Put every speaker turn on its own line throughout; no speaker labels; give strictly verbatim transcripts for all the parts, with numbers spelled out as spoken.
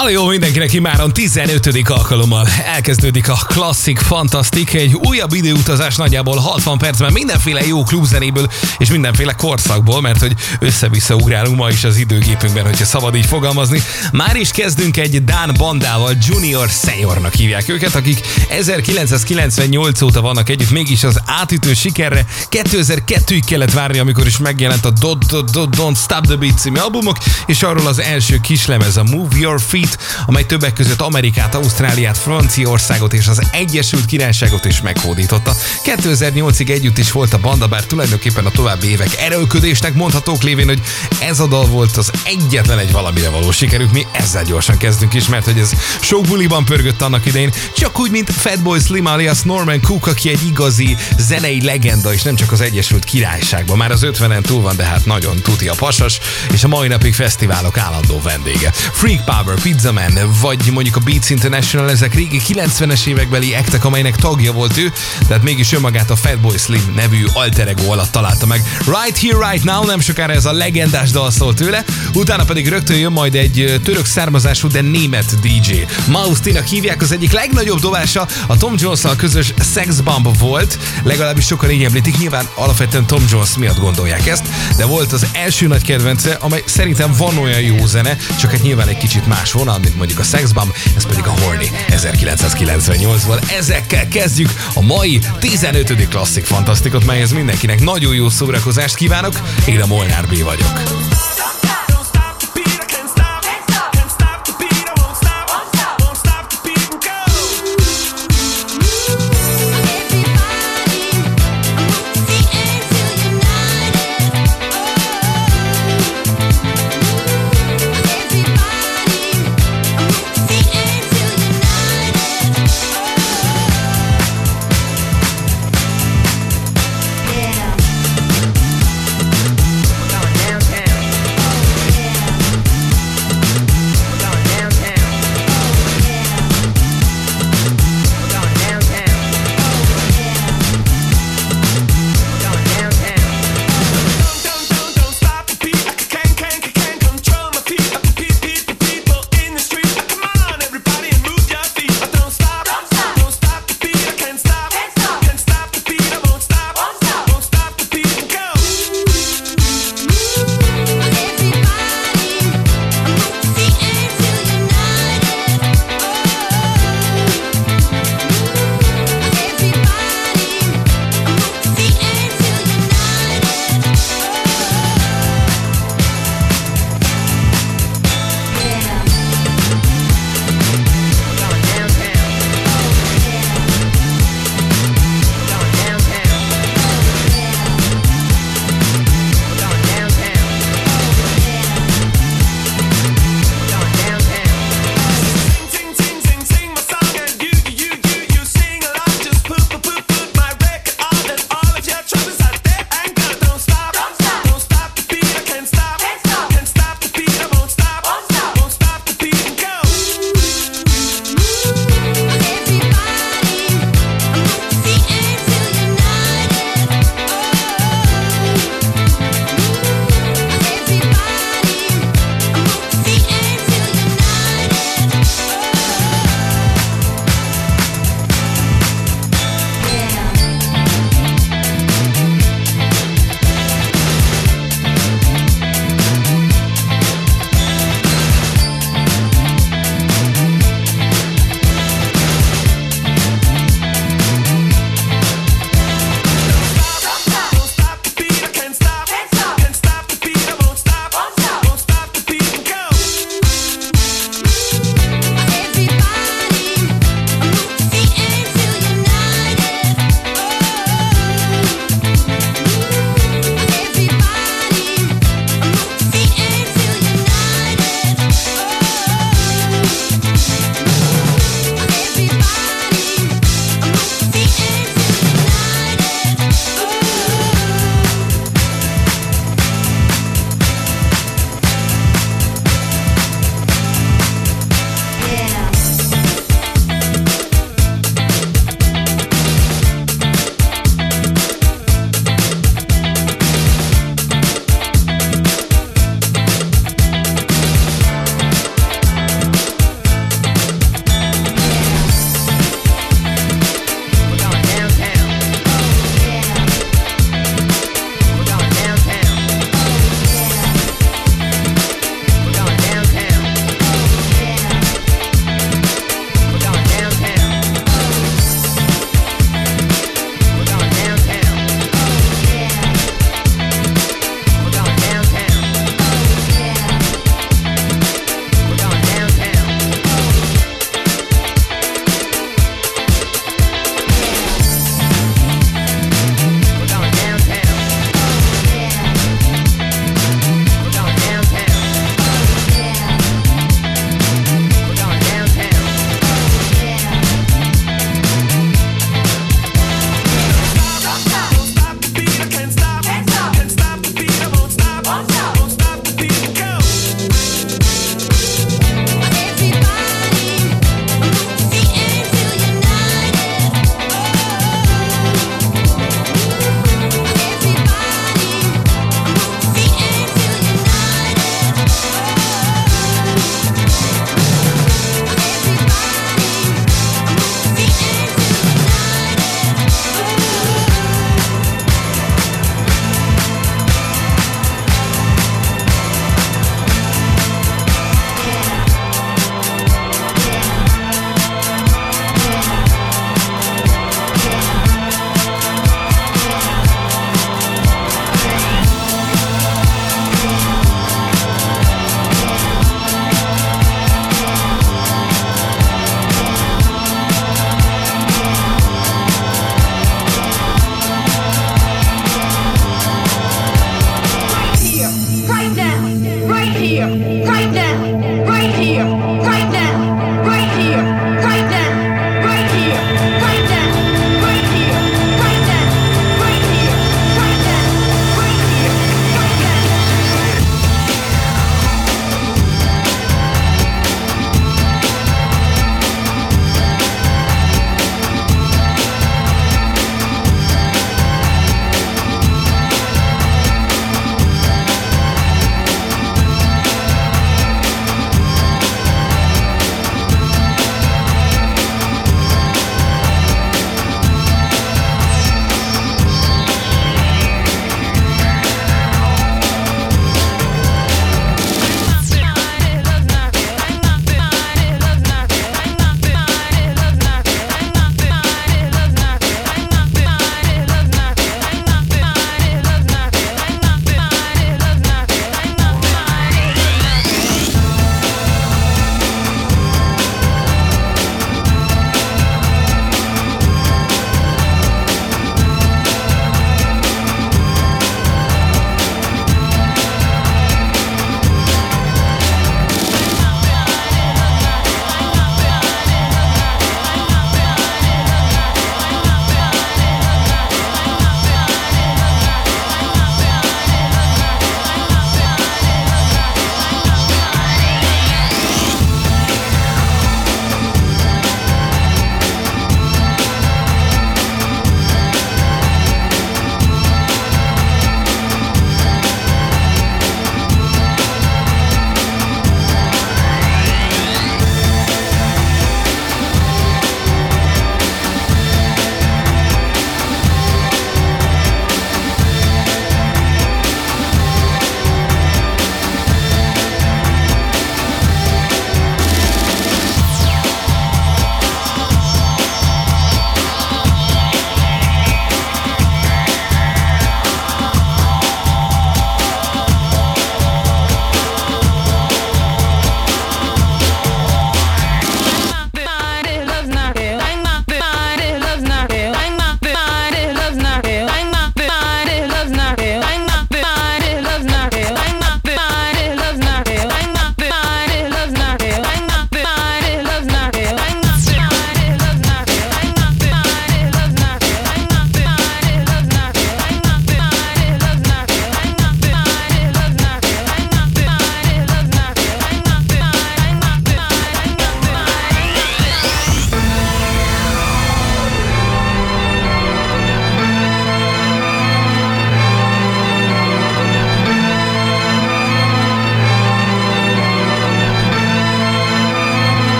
Halló mindenkinek, imáron tizenötödik alkalommal elkezdődik a Klasszik Fantasztik, egy újabb időutazás nagyjából hatvan percben mindenféle jó klubzenéből és mindenféle korszakból, mert hogy össze-vissza ugrálunk ma is az időgépünkben, hogyha szabad így fogalmazni. Már is kezdünk egy dán bandával, Junior Seniornak hívják őket, akik ezerkilencszázkilencvennyolc óta vannak együtt, mégis az átütő sikerre kétezer-kettőig kellett várni, amikor is megjelent a Don't Stop the Beat című albumok, és arról az első kislemez, a Move Your Feet, amely többek között Amerikát, Ausztráliát, Franciaországot és az Egyesült Királyságot is meghódította. kétezer-nyolcig együtt is volt a banda, bár tulajdonképpen a további évek erőlködésnek mondhatók, lévén, hogy ez a dal volt az egyetlen egy valamire való sikerük. Mi ezzel gyorsan kezdünk is, mert hogy ez sok buliban pörgött annak idején, csak úgy, mint Fatboy Slim alias Norman Cook, aki egy igazi zenei legenda, és nem csak az Egyesült Királyságban. Már az ötvenen túl van, de hát nagyon tuti a pasas, és a mai napig fesztiválok állandó vendége. Freak Power, Pizza Man, vagy mondjuk a Beats International, ezek régi kilencvenes évekbeli ektek, amelynek tagja volt ő, tehát mégis önmagát a Fatboy Slim nevű alter ego alatt találta meg. Right Here, Right Now, nem sokára ez a legendás dal szól tőle, utána pedig rögtön jön majd egy török származású, de német dé dzsé. Maustinak hívják, az egyik legnagyobb dobása a Tom Jones-szal közös Sex Bomb volt, legalábbis sokan így említik, nyilván alapvetően Tom Jones miatt gondolják ezt, de volt az első nagy kedvence, amely szerintem van olyan jó zene, csak hát nyilván egy kicsit más vonal, mint mondjuk a Sex Bomb, ez pedig a Horny ezerkilencszázkilencvennyolcból. Ezekkel kezdjük a mai tizenötödik Klasszik Fantasztikot, melyhez mindenkinek nagyon jó szórakozást kívánok. Én a Molnár B vagyok.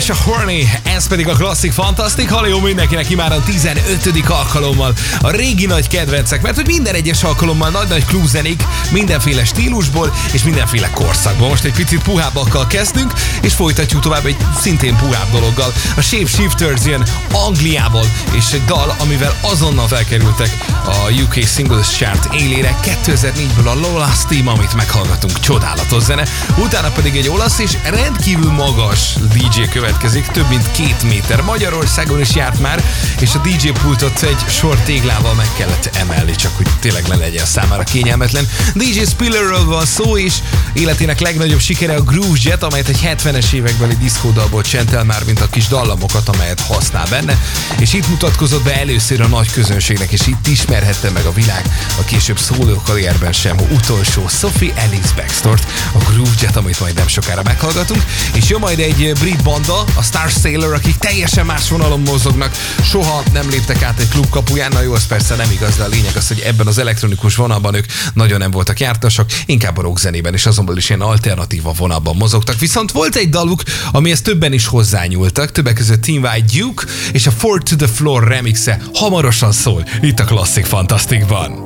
és a Horny, ez pedig a klasszik fantasztik. Halló mindenkinek imáron tizenötödik alkalommal a régi nagy kedvencek, mert hogy minden egyes alkalommal nagy-nagy klubzenék, mindenféle stílusból és mindenféle korszakból. Most egy picit puhábbakkal kezdünk, és folytatjuk tovább egy szintén puhább dologgal. A Shapeshifters jön Angliából, és egy dal, amivel azonnal felkerültek a U K Singles Chart élére. kétezer-négyből a Lola's Team, amit meghallgatunk, csodálatos zene. Utána pedig egy olasz és rendkívül magas dé dzsé következik, több mint két méter. Magyarországon is járt már, és a dé dzsé pultot egy sor téglával meg kellett emelni, csak hogy tényleg ne legyen számára kényelmetlen. dé dzsé Spillerről van szó, és életének legnagyobb sikere a Groove Jet, amelyet egy hetvenes évekbeli diszkódalból csentel már, mint a kis dallamokat, amelyet használ benne, és itt mutatkozott be először a nagy közönségnek, és itt ismerhette meg a világ a később szóló karrierben sem utolsó Sophie Ellis Bextort, a Groove Jet, amit majd nem sokára meghallgatunk, és jön majd egy brit banda, a Star Sailor, akik teljesen más vonalon mozognak, soha nem léptek át egy klub kapuján. Na jó, az persze nem igaz, de a lényeg az, hogy ebben az elektronikus vonalban ők nagyon nem voltak jártasak, inkább a rockzenében, és azonban is ilyen alternatíva vonalban mozogtak. Viszont volt egy daluk, amihez többen is hozzányúltak, többek között Team White Duke, és a Four to the Floor remixe hamarosan szól itt a Klasszik Fantasztikban.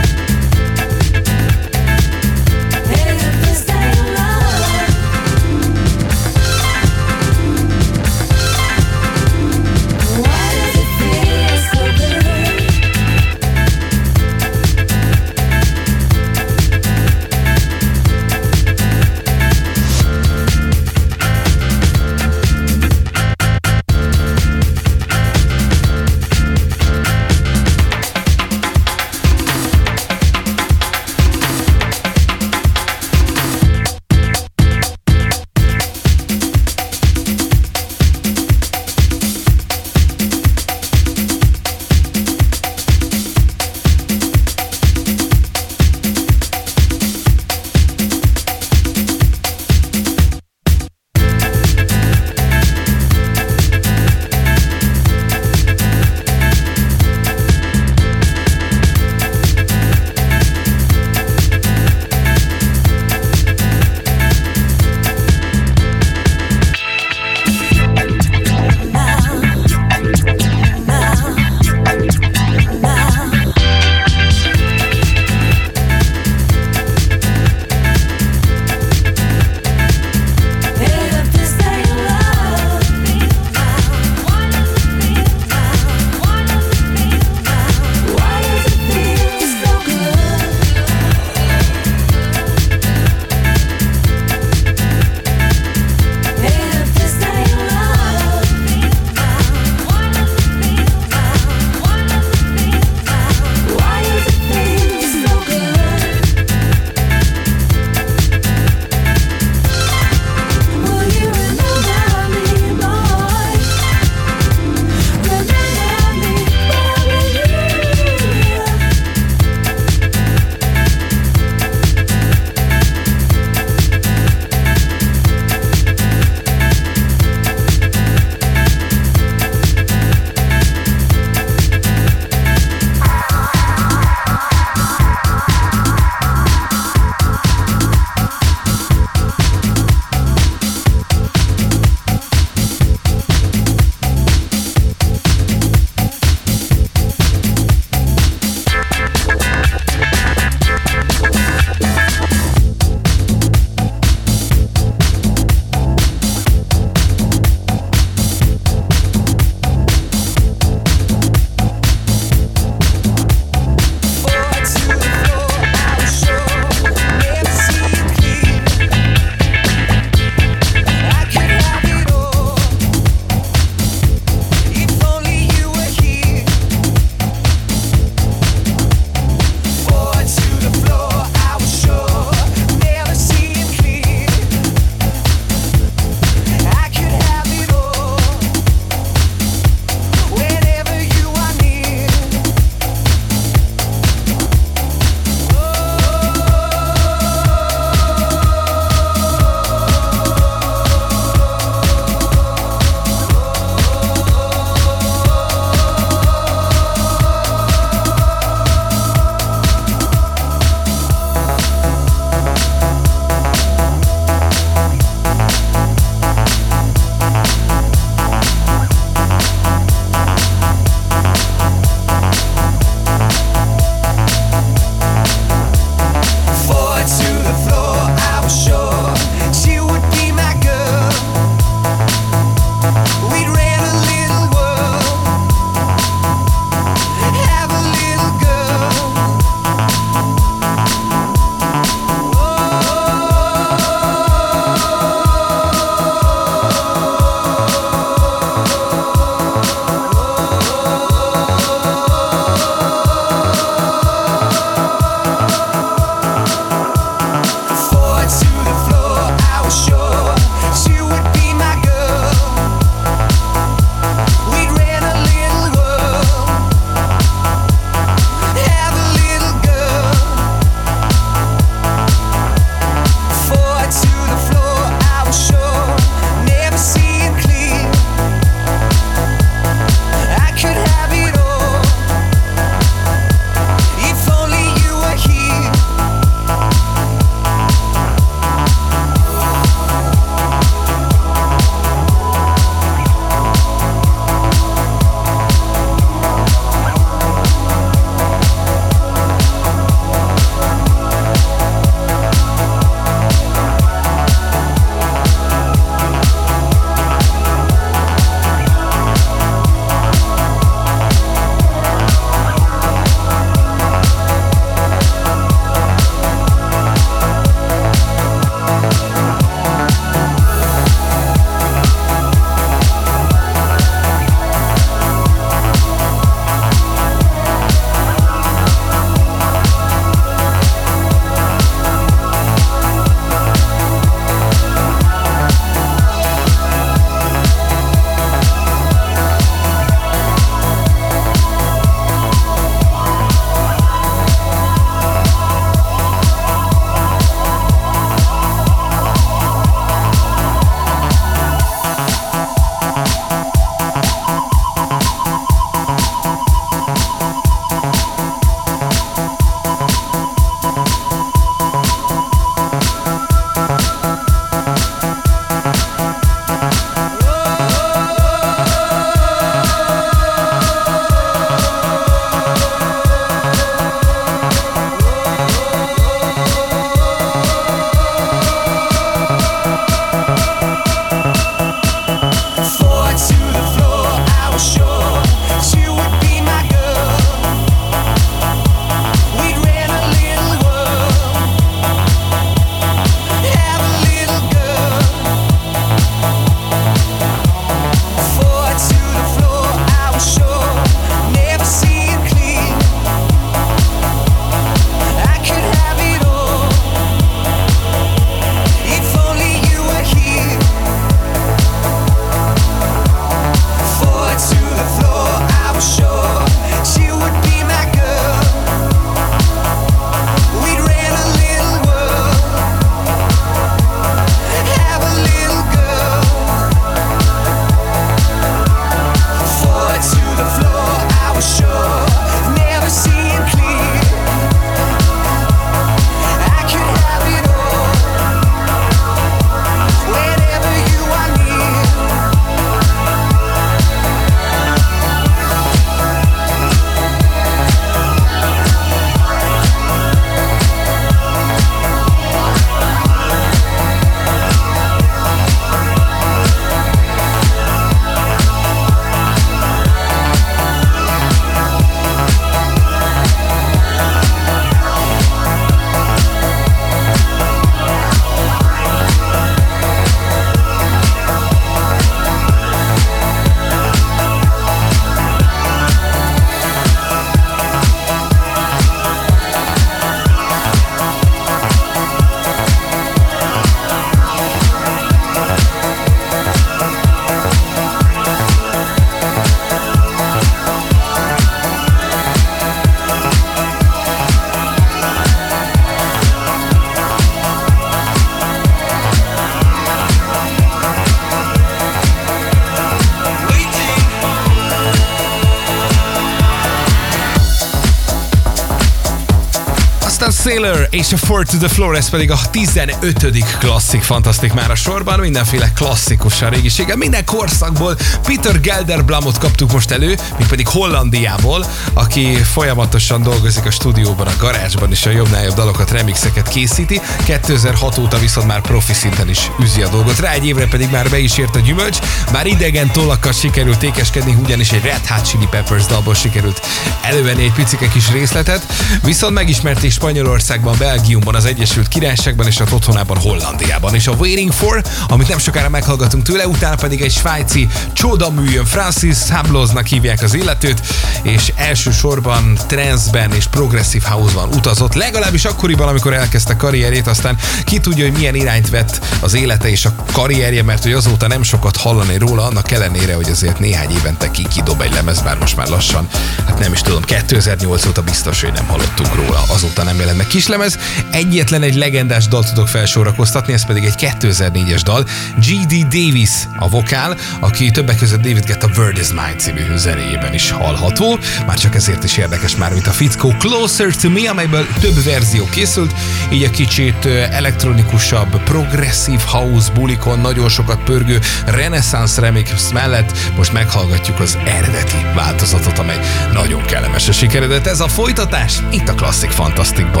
Sailor és a Four to the Floor, ez pedig a tizenötödik klasszik fantasztik már a sorban, mindenféle klasszikusan régiséggel, minden korszakból. Peter Gelderblamot kaptuk most elő, mégpedig Hollandiából, aki folyamatosan dolgozik a stúdióban, a garázsban, és a jobbnál jobb dalokat, remixeket készíti. kétezer-hat óta viszont már profi szinten is üzzi a dolgot, rá egy évre pedig már be is ért a gyümölcs, bár idegen tollakkal sikerült ékeskedni, ugyanis egy Red Hot Chili Peppers dalból sikerült elővenni egy picike kis részletet, viszont megismerték Spanyolországban, Belgiumban, az Egyesült Királyságban és a otthonában, Hollandiában. És a Waiting For, amit nem sokára meghallgatunk tőle, utána pedig egy svájci csodaműjön, Francis Habloznak hívják az illetőt, és elsősorban tranceben és progressive house-ban utazott, legalábbis akkoriban, amikor elkezdte karrierjét, aztán ki tudja, hogy milyen irányt vett az élete és a karrierje, mert hogy azóta nem sokat hallani róla, annak ellenére, hogy azért néhány évente ki kidob egy lemez, bár most már lassan, hát nem is tudom, kétezer-nyolc óta biztos, hogy nem hallottunk róla, azóta nem jelent meg kislemez. Egyetlen egy legendás dal tudok felsorakoztatni, ez pedig egy kétezer-négyes dal, gé dé Davis a vokál, aki többek között David Guetta Word Is Mine című zenéjében is hallható, már csak ezért is érdekes már, mint a fickó Closer to Me, amelyből több verzió készült, így a kicsit elektronikusabb, progressive house bulikon nagyon sokat pörgő Renaissance remix mellett most meghallgatjuk az eredeti változatot, amely nagyon kellemesen sikeredett. Ez a folytatás itt a Klasszik Fantasztikban.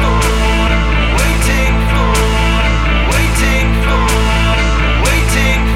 Waiting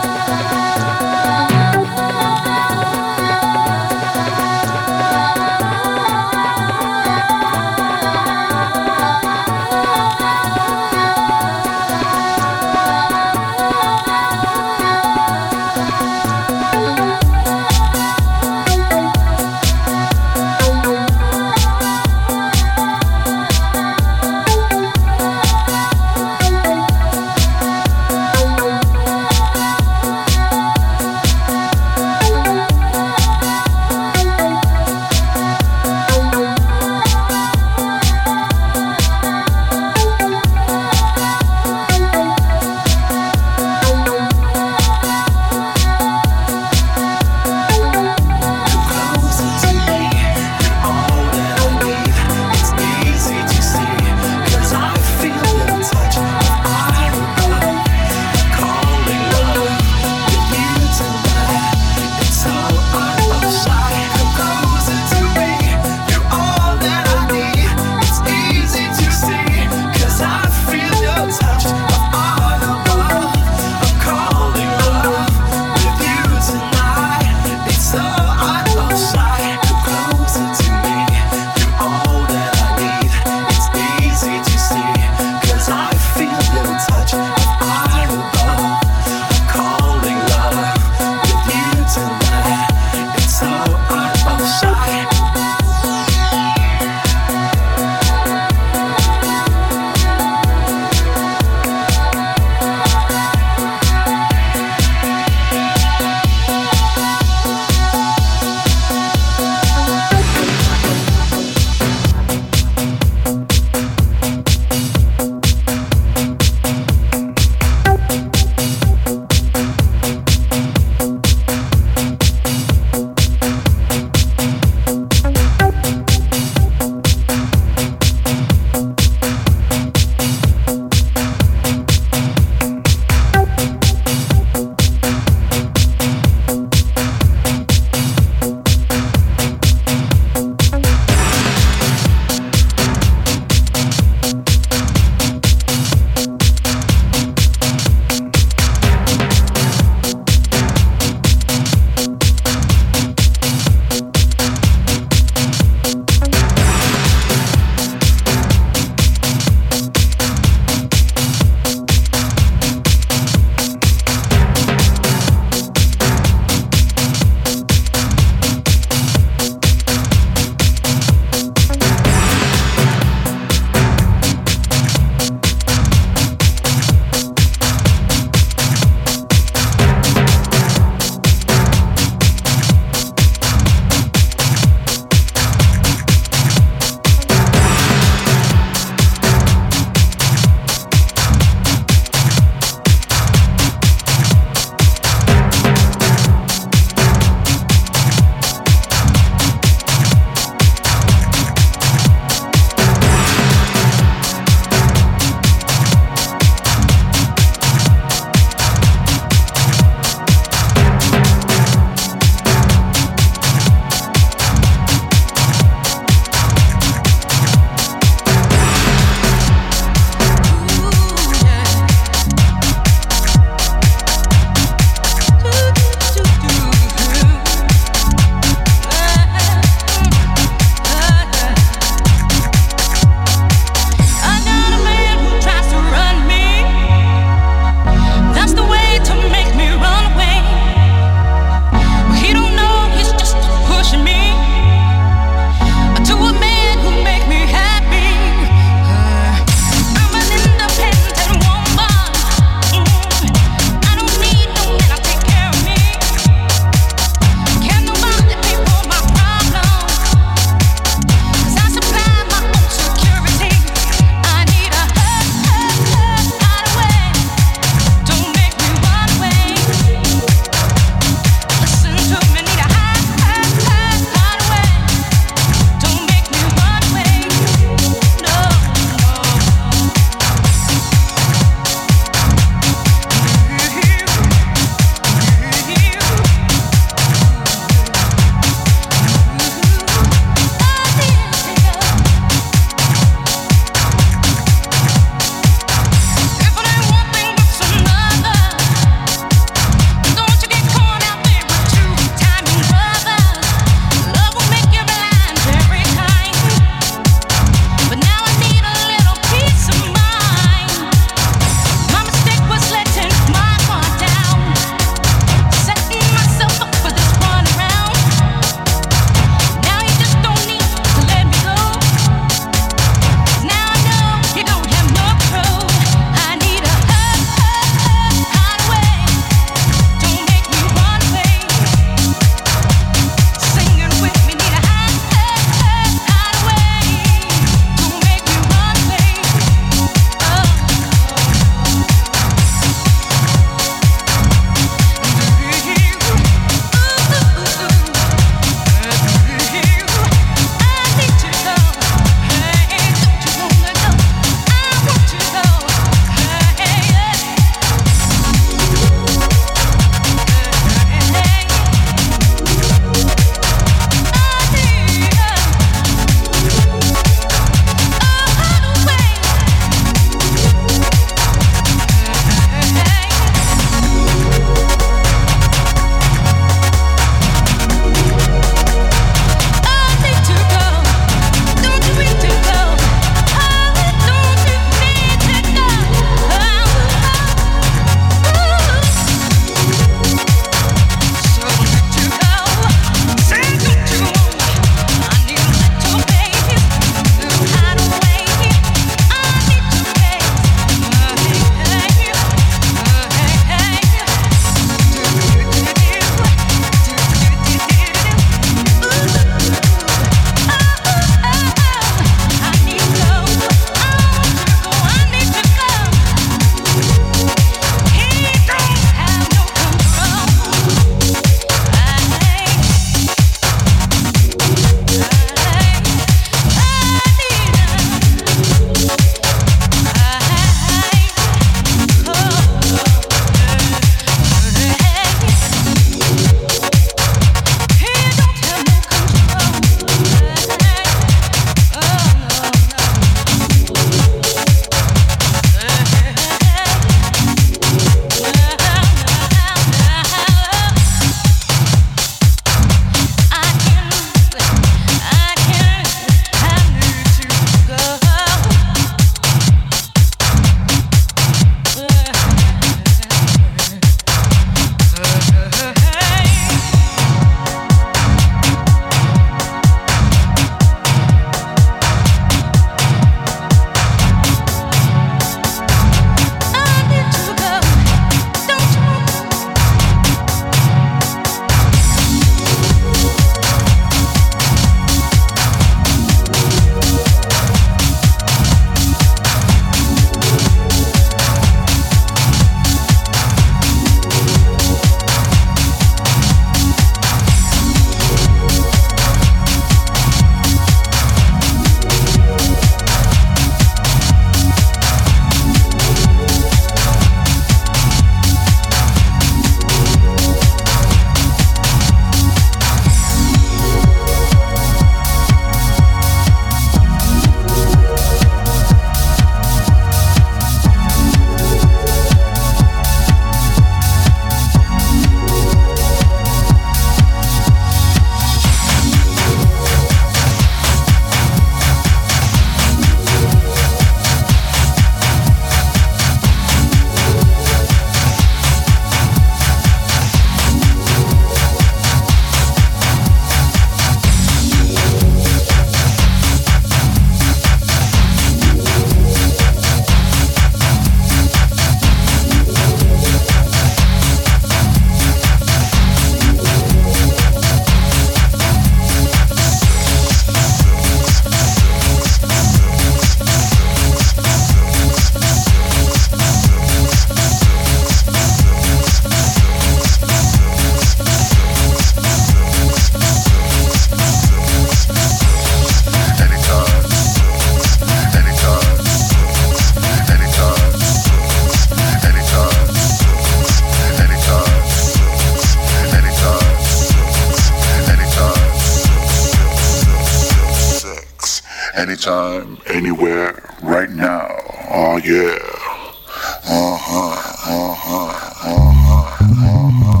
anytime, anywhere, right now. Oh yeah. Uh-huh, uh-huh, uh-huh, uh-huh.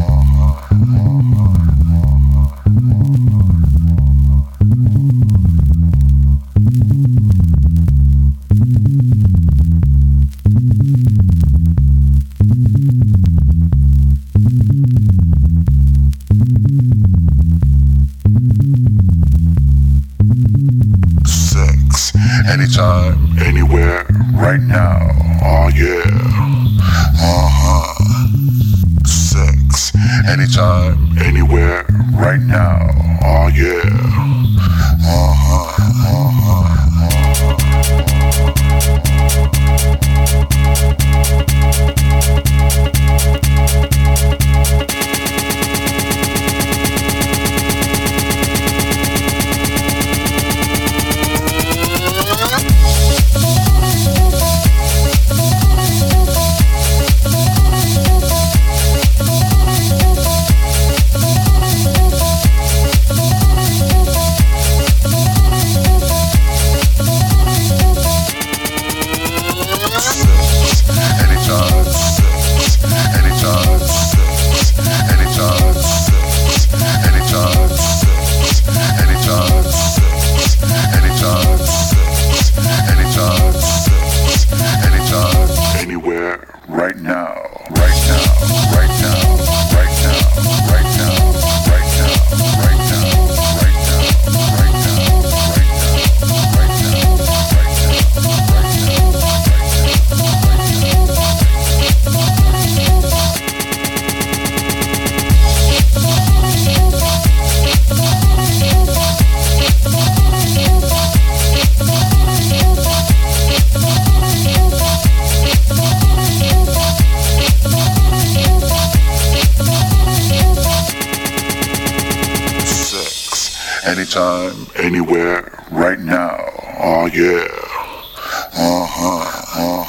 Anytime, anywhere, right now. Oh yeah. Uh-huh. Sex. Anytime, anywhere, right now. Oh yeah. Uh-huh. Uh-huh. Anytime, anywhere, right now. Oh yeah. Uh-huh, uh-huh.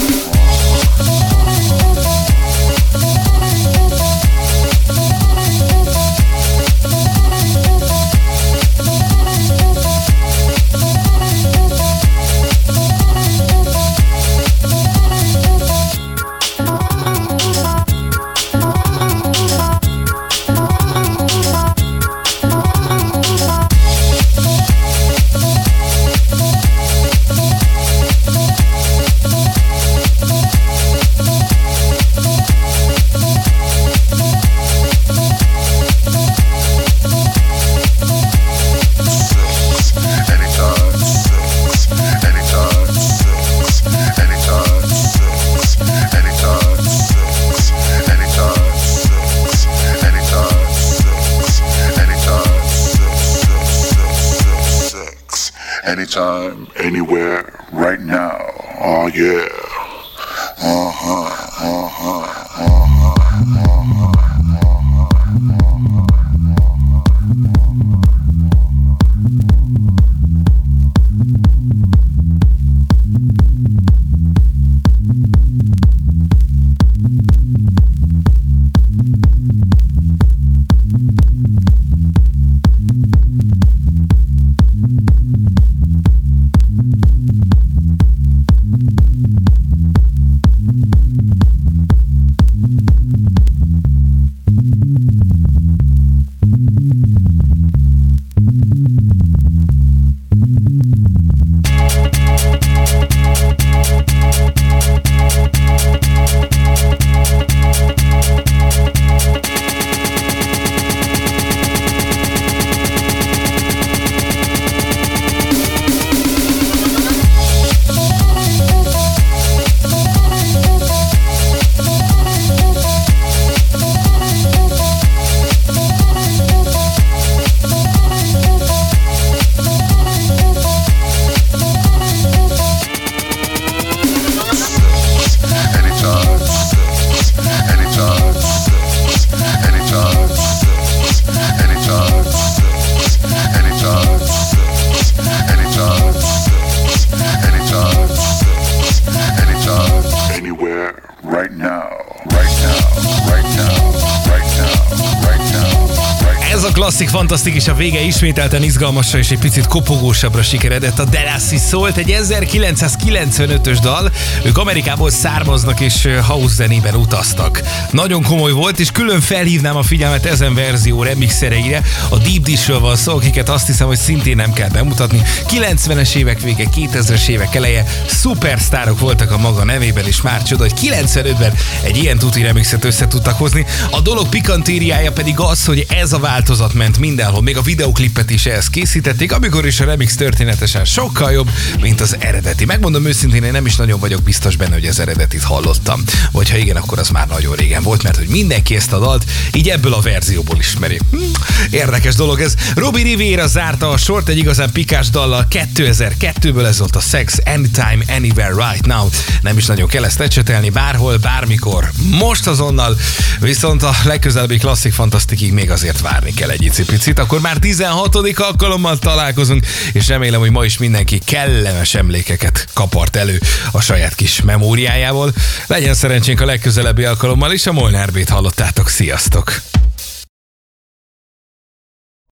Anytime, anywhere, right now. Oh yeah. Uh-huh, uh-huh, uh-huh, uh-huh.
klasszik, fantasztik, és a vége ismételten izgalmasra és egy picit kopogósabbra sikeredett. A Delassi szólt egy ezerkilencszázkilencvenötös dal. Ők Amerikából származnak és house zenében utaztak. Nagyon komoly volt, és külön felhívnám a figyelmet ezen verzió remixereire. A Deep Dishről van szó, akiket azt hiszem, hogy szintén nem kell bemutatni. kilencvenes évek vége, kétezres évek eleje szupersztárok voltak a maga nevében, és már csoda, hogy kilencvenötben egy ilyen tuti remixet össze tudtak hozni. A dolog pikantériája pedig az, hogy ez a változat ment mindenhol, még a videoklipet is ehhez készítették, amikor is a remix történetesen sokkal jobb, mint az eredeti. Megmondom őszintén, én nem is nagyon vagyok biztos benne, hogy az eredetit hallottam. Vagy ha igen, akkor az már nagyon régen volt, mert hogy mindenki ezt a dalt így ebből a verzióból ismeri. Hm, érdekes dolog ez. Robbie Rivera zárta a sort egy igazán pikás dallal kétezer-kettőből, ez volt a Sex Anytime, Anywhere, Right Now. Nem is nagyon kell ezt ecsetelni, bárhol, bármikor, most azonnal, viszont a legközelebbi klasszik fantasztikig még azért várni kell egy icipicit. Akkor már tizenhatodik alkalommal találkozunk, és remélem, hogy ma is mindenki kellemes emlékeket kapart elő a saját kis memóriájából. Legyen szerencsénk a legközelebbi alkalommal is, a Molnár B-t hallottátok. Sziasztok!